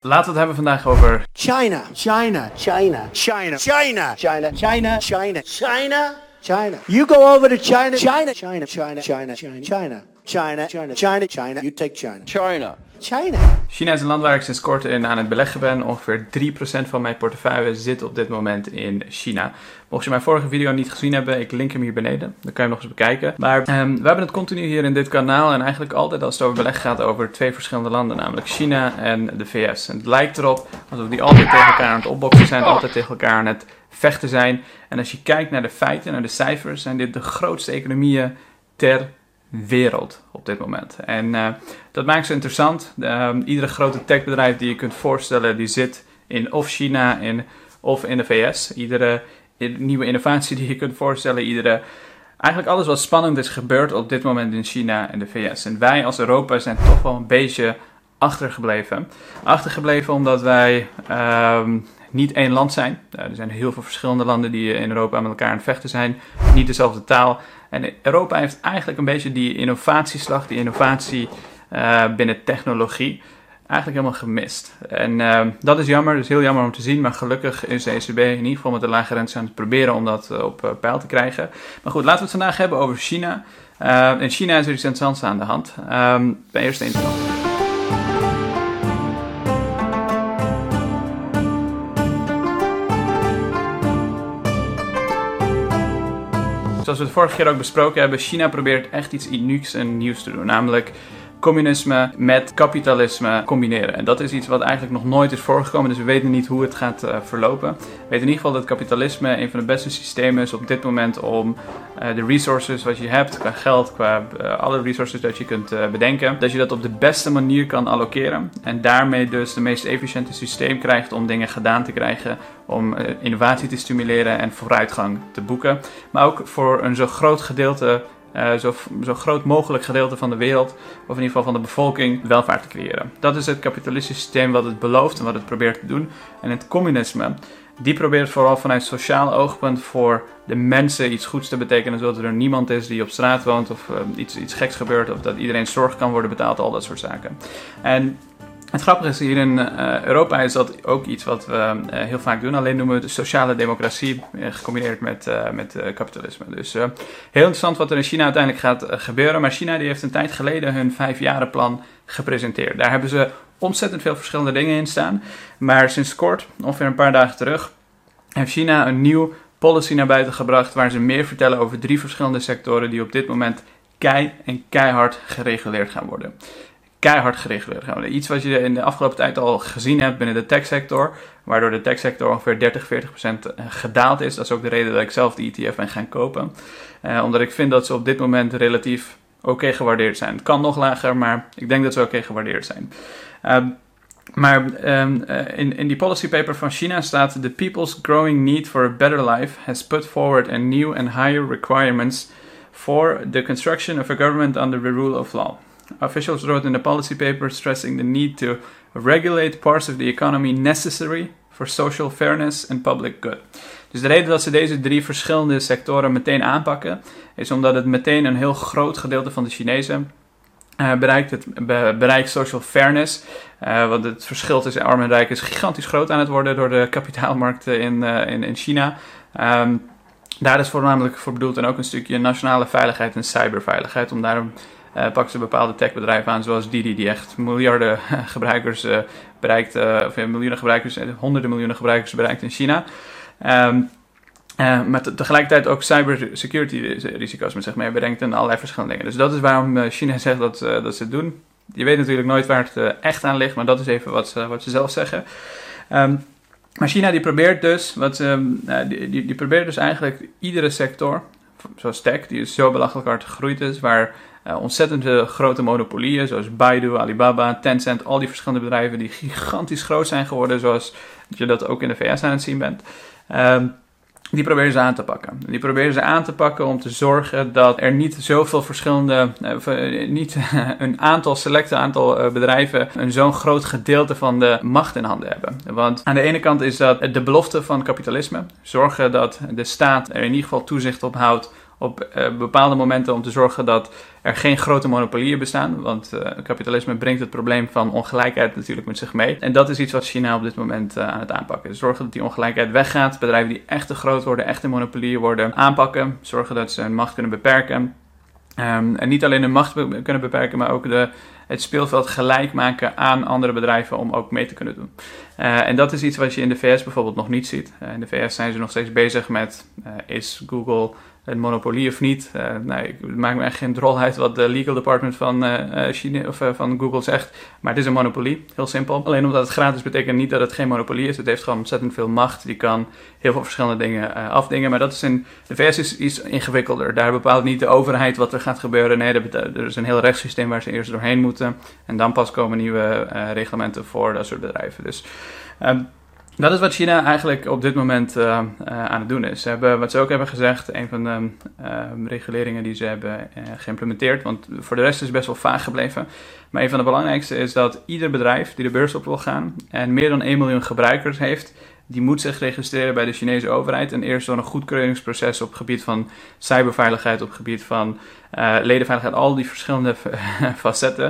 Laten we het hebben vandaag over China. China. China. China. China. China. China. China. China. China. You go over to China. China. China. China. China. China. China. China. China. China. China. You take China. China. China. China is een land waar ik sinds kort in aan het beleggen ben. Ongeveer 3% van mijn portefeuille zit op dit moment in China. Mocht je mijn vorige video niet gezien hebben, ik link hem hier beneden. Dan kan je hem nog eens bekijken. Maar we hebben het continu hier in dit kanaal en eigenlijk altijd als het over beleggen gaat over twee verschillende landen. Namelijk China en de VS. En het lijkt erop alsof die altijd tegen elkaar aan het opboksen zijn. Altijd tegen elkaar aan het vechten zijn. En als je kijkt naar de feiten, naar de cijfers, zijn dit de grootste economieën ter wereld op dit moment. En dat maakt ze interessant. Iedere grote techbedrijf die je kunt voorstellen, die zit in of China of in de VS. Iedere nieuwe innovatie die je kunt voorstellen, eigenlijk alles wat spannend is gebeurd op dit moment in China en de VS. En wij als Europa zijn toch wel een beetje achtergebleven. Achtergebleven omdat wij niet één land zijn. Er zijn heel veel verschillende landen die in Europa met elkaar aan het vechten zijn. Niet dezelfde taal. En Europa heeft eigenlijk een beetje die innovatieslag, die innovatie binnen technologie, eigenlijk helemaal gemist. En dat is jammer, dat is heel jammer om te zien. Maar gelukkig is de ECB in ieder geval met de lage rente aan het proberen om dat op peil te krijgen. Maar goed, laten we het vandaag hebben over China. In China is er iets interessants aan de hand. Bij eerste instantie. Zoals we het vorige keer ook besproken hebben, China probeert echt iets unieks en nieuws te doen. Namelijk communisme met kapitalisme combineren. En dat is iets wat eigenlijk nog nooit is voorgekomen, dus we weten niet hoe het gaat verlopen. We weten in ieder geval dat kapitalisme een van de beste systemen is op dit moment om de resources wat je hebt, qua geld, qua alle resources dat je kunt bedenken, dat je dat op de beste manier kan allokeren. En daarmee dus de meest efficiënte systeem krijgt om dingen gedaan te krijgen, om innovatie te stimuleren en vooruitgang te boeken. Maar ook voor een zo groot gedeelte, zo groot mogelijk gedeelte van de wereld, of in ieder geval van de bevolking, welvaart te creëren. Dat is het kapitalistische systeem wat het belooft en wat het probeert te doen. En het communisme, die probeert vooral vanuit sociaal oogpunt voor de mensen iets goeds te betekenen, zodat er niemand is die op straat woont of iets geks gebeurt, of dat iedereen zorg kan worden betaald, al dat soort zaken. En het grappige is hier in Europa is dat ook iets wat we heel vaak doen. Alleen noemen we de sociale democratie gecombineerd met kapitalisme. Dus heel interessant wat er in China uiteindelijk gaat gebeuren. Maar China die heeft een tijd geleden hun 5-jarenplan gepresenteerd. Daar hebben ze ontzettend veel verschillende dingen in staan. Maar sinds kort, ongeveer een paar dagen terug, heeft China een nieuw policy naar buiten gebracht waar ze meer vertellen over 3 verschillende sectoren die op dit moment keihard gereguleerd gaan worden. Keihard gereguleerd gaan worden. Iets wat je in de afgelopen tijd al gezien hebt binnen de techsector, waardoor de techsector ongeveer 30-40% gedaald is. Dat is ook de reden dat ik zelf de ETF ben gaan kopen. Omdat ik vind dat ze op dit moment relatief oké gewaardeerd zijn. Het kan nog lager, maar ik denk dat ze oké gewaardeerd zijn. In die policy paper van China staat: The people's growing need for a better life has put forward a new and higher requirements for the construction of a government under the rule of law. Officials wrote in the policy paper stressing the need to regulate parts of the economy necessary for social fairness and public good. Dus de reden dat ze deze 3 verschillende sectoren meteen aanpakken, is omdat het meteen een heel groot gedeelte van de Chinezen bereikt social fairness. Want het verschil tussen arm en rijk is gigantisch groot aan het worden door de kapitaalmarkten in China. Daar is voornamelijk voor bedoeld en ook een stukje nationale veiligheid en cyberveiligheid. Om daarom pakken ze bepaalde techbedrijven aan, zoals Didi, die echt miljarden gebruikers bereikt, miljoenen gebruikers, honderden miljoenen gebruikers bereikt in China. Maar tegelijkertijd ook cybersecurity risico's met zich mee brengt en allerlei verschillende dingen. Dus dat is waarom China zegt dat ze het doen. Je weet natuurlijk nooit waar het echt aan ligt, maar dat is even wat ze zelf zeggen. Maar China die probeert dus, die probeert dus eigenlijk iedere sector, zoals tech, die zo belachelijk hard gegroeid is, waar ontzettend grote monopolieën, zoals Baidu, Alibaba, Tencent, al die verschillende bedrijven die gigantisch groot zijn geworden, zoals je dat ook in de VS aan het zien bent. Die proberen ze aan te pakken. Die proberen ze aan te pakken om te zorgen dat er niet zoveel verschillende, niet een select aantal bedrijven een zo'n groot gedeelte van de macht in handen hebben. Want aan de ene kant is dat de belofte van kapitalisme. Zorgen dat de staat er in ieder geval toezicht op houdt op bepaalde momenten om te zorgen dat er geen grote monopolieën bestaan. Want kapitalisme brengt het probleem van ongelijkheid natuurlijk met zich mee. En dat is iets wat China op dit moment aan het aanpakken is. Zorgen dat die ongelijkheid weggaat. Bedrijven die echt te groot worden, echte monopolieën worden, aanpakken. Zorgen dat ze hun macht kunnen beperken. En niet alleen hun macht kunnen beperken, maar ook het speelveld gelijk maken aan andere bedrijven om ook mee te kunnen doen. En dat is iets wat je in de VS bijvoorbeeld nog niet ziet. In de VS zijn ze nog steeds bezig met, is Google een monopolie of niet? Het maakt me echt geen drol uit wat de legal department van China of van Google zegt. Maar het is een monopolie, heel simpel. Alleen omdat het gratis betekent niet dat het geen monopolie is. Het heeft gewoon ontzettend veel macht. Die kan heel veel verschillende dingen afdingen. Maar dat is in de VS is iets ingewikkelder. Daar bepaalt niet de overheid wat er gaat gebeuren. Nee, er is een heel rechtssysteem waar ze eerst doorheen moeten. En dan pas komen nieuwe reglementen voor dat soort bedrijven. Dus dat is wat China eigenlijk op dit moment aan het doen is. Wat ze ook hebben gezegd, een van de reguleringen die ze hebben geïmplementeerd, want voor de rest is het best wel vaag gebleven. Maar een van de belangrijkste is dat ieder bedrijf die de beurs op wil gaan en meer dan 1 miljoen gebruikers heeft, die moet zich registreren bij de Chinese overheid en eerst door een goedkeuringsproces op het gebied van cyberveiligheid, op het gebied van ledenveiligheid, al die verschillende facetten,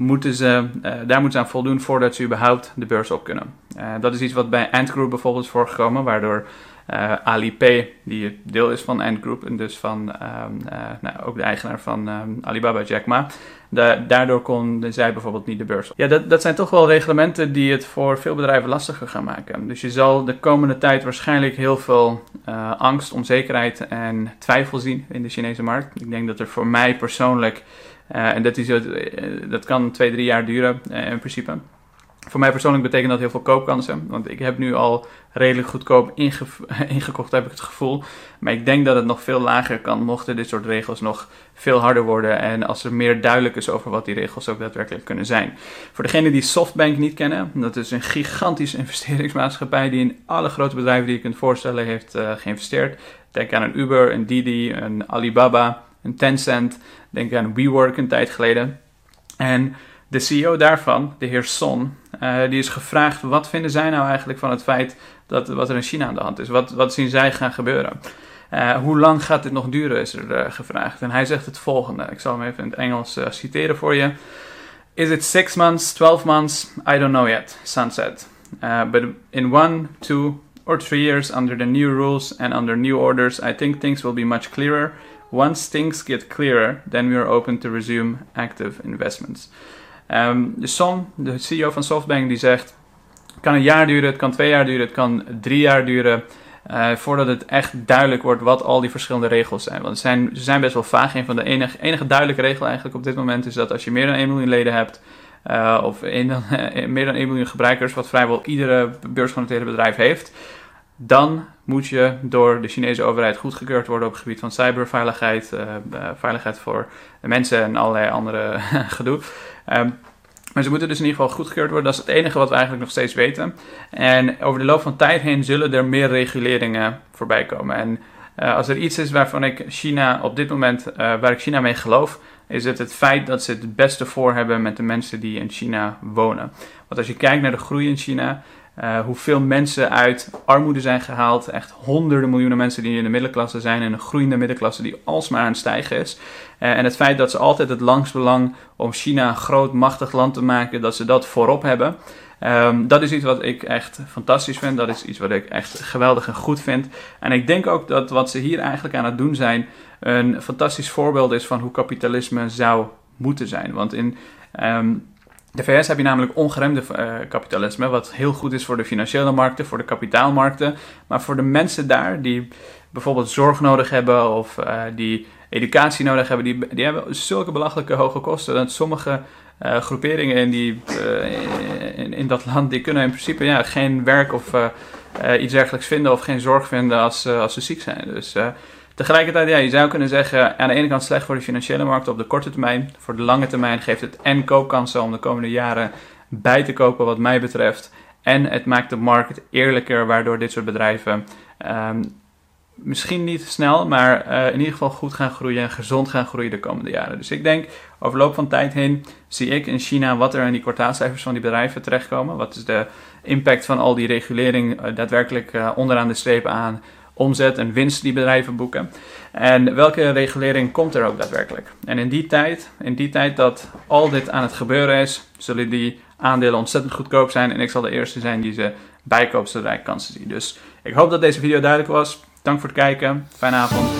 daar moeten ze aan voldoen voordat ze überhaupt de beurs op kunnen. Dat is iets wat bij Ant Group bijvoorbeeld is voorgekomen, waardoor Alipay, die deel is van Ant Group en dus van ook de eigenaar van Alibaba, Jack Ma, daardoor kon zij bijvoorbeeld niet de beurs op. Ja, dat zijn toch wel reglementen die het voor veel bedrijven lastiger gaan maken. Dus je zal de komende tijd waarschijnlijk heel veel angst, onzekerheid en twijfel zien in de Chinese markt. Ik denk dat er voor mij persoonlijk, en dat kan 2-3 jaar duren in principe. Voor mij persoonlijk betekent dat heel veel koopkansen. Want ik heb nu al redelijk goedkoop ingekocht, heb ik het gevoel. Maar ik denk dat het nog veel lager kan, mochten dit soort regels nog veel harder worden. En als er meer duidelijk is over wat die regels ook daadwerkelijk kunnen zijn. Voor degenen die SoftBank niet kennen, dat is een gigantische investeringsmaatschappij die in alle grote bedrijven die je kunt voorstellen heeft geïnvesteerd. Denk aan een Uber, een Didi, een Alibaba, een Tencent. Denk aan WeWork een tijd geleden. En de CEO daarvan, de heer Son, die is gevraagd wat vinden zij nou eigenlijk van het feit dat wat er in China aan de hand is. Wat zien zij gaan gebeuren? Hoe lang gaat dit nog duren, is er gevraagd. En hij zegt het volgende. Ik zal hem even in het Engels citeren voor je. Is it 6 months, 12 months? I don't know yet, Son said. But in 1, 2 or 3 years under the new rules and under new orders, I think things will be much clearer. Once things get clearer, then we are open to resume active investments. De Son, de CEO van SoftBank, die zegt, het kan 1 jaar duren, het kan 2 jaar duren, het kan 3 jaar duren, voordat het echt duidelijk wordt wat al die verschillende regels zijn. Want ze zijn best wel vaag. Een van de enige duidelijke regel eigenlijk op dit moment is dat als je meer dan 1 miljoen leden hebt, of meer dan 1 miljoen gebruikers, wat vrijwel iedere beursgenoteerde bedrijf heeft, dan moet je door de Chinese overheid goedgekeurd worden op het gebied van cyberveiligheid, veiligheid voor de mensen en allerlei andere gedoe. Maar ze moeten dus in ieder geval goedgekeurd worden. Dat is het enige wat we eigenlijk nog steeds weten. En over de loop van tijd heen zullen er meer reguleringen voorbij komen. En als er iets is waarvan ik China op dit moment, waar ik China mee geloof, is het feit dat ze het beste voor hebben met de mensen die in China wonen. Want als je kijkt naar de groei in China, hoeveel mensen uit armoede zijn gehaald. Echt honderden miljoenen mensen die in de middenklasse zijn. En een groeiende middenklasse die alsmaar aan het stijgen is. En het feit dat ze altijd het langst belang om China een groot, machtig land te maken, dat ze dat voorop hebben. Dat is iets wat ik echt fantastisch vind. Dat is iets wat ik echt geweldig en goed vind. En ik denk ook dat wat ze hier eigenlijk aan het doen zijn een fantastisch voorbeeld is van hoe kapitalisme zou moeten zijn. Want in de VS heb je namelijk ongeremde kapitalisme, wat heel goed is voor de financiële markten, voor de kapitaalmarkten. Maar voor de mensen daar die bijvoorbeeld zorg nodig hebben of die educatie nodig hebben, die hebben zulke belachelijke hoge kosten dat sommige groeperingen in dat land, die kunnen in principe geen werk of iets dergelijks vinden of geen zorg vinden als ze ziek zijn. Dus tegelijkertijd, je zou kunnen zeggen, aan de ene kant slecht voor de financiële markt op de korte termijn. Voor de lange termijn geeft het en koopkansen om de komende jaren bij te kopen wat mij betreft. En het maakt de markt eerlijker, waardoor dit soort bedrijven misschien niet snel, maar in ieder geval goed gaan groeien en gezond gaan groeien de komende jaren. Dus ik denk, over de loop van tijd heen zie ik in China wat er in die kwartaalcijfers van die bedrijven terechtkomen. Wat is de impact van al die regulering daadwerkelijk onderaan de streep aan omzet en winst die bedrijven boeken. En welke regulering komt er ook daadwerkelijk? En in die tijd dat al dit aan het gebeuren is, zullen die aandelen ontzettend goedkoop zijn. En ik zal de eerste zijn die ze bijkoopt zodra ik kansen zie. Dus ik hoop dat deze video duidelijk was. Dank voor het kijken. Fijne avond.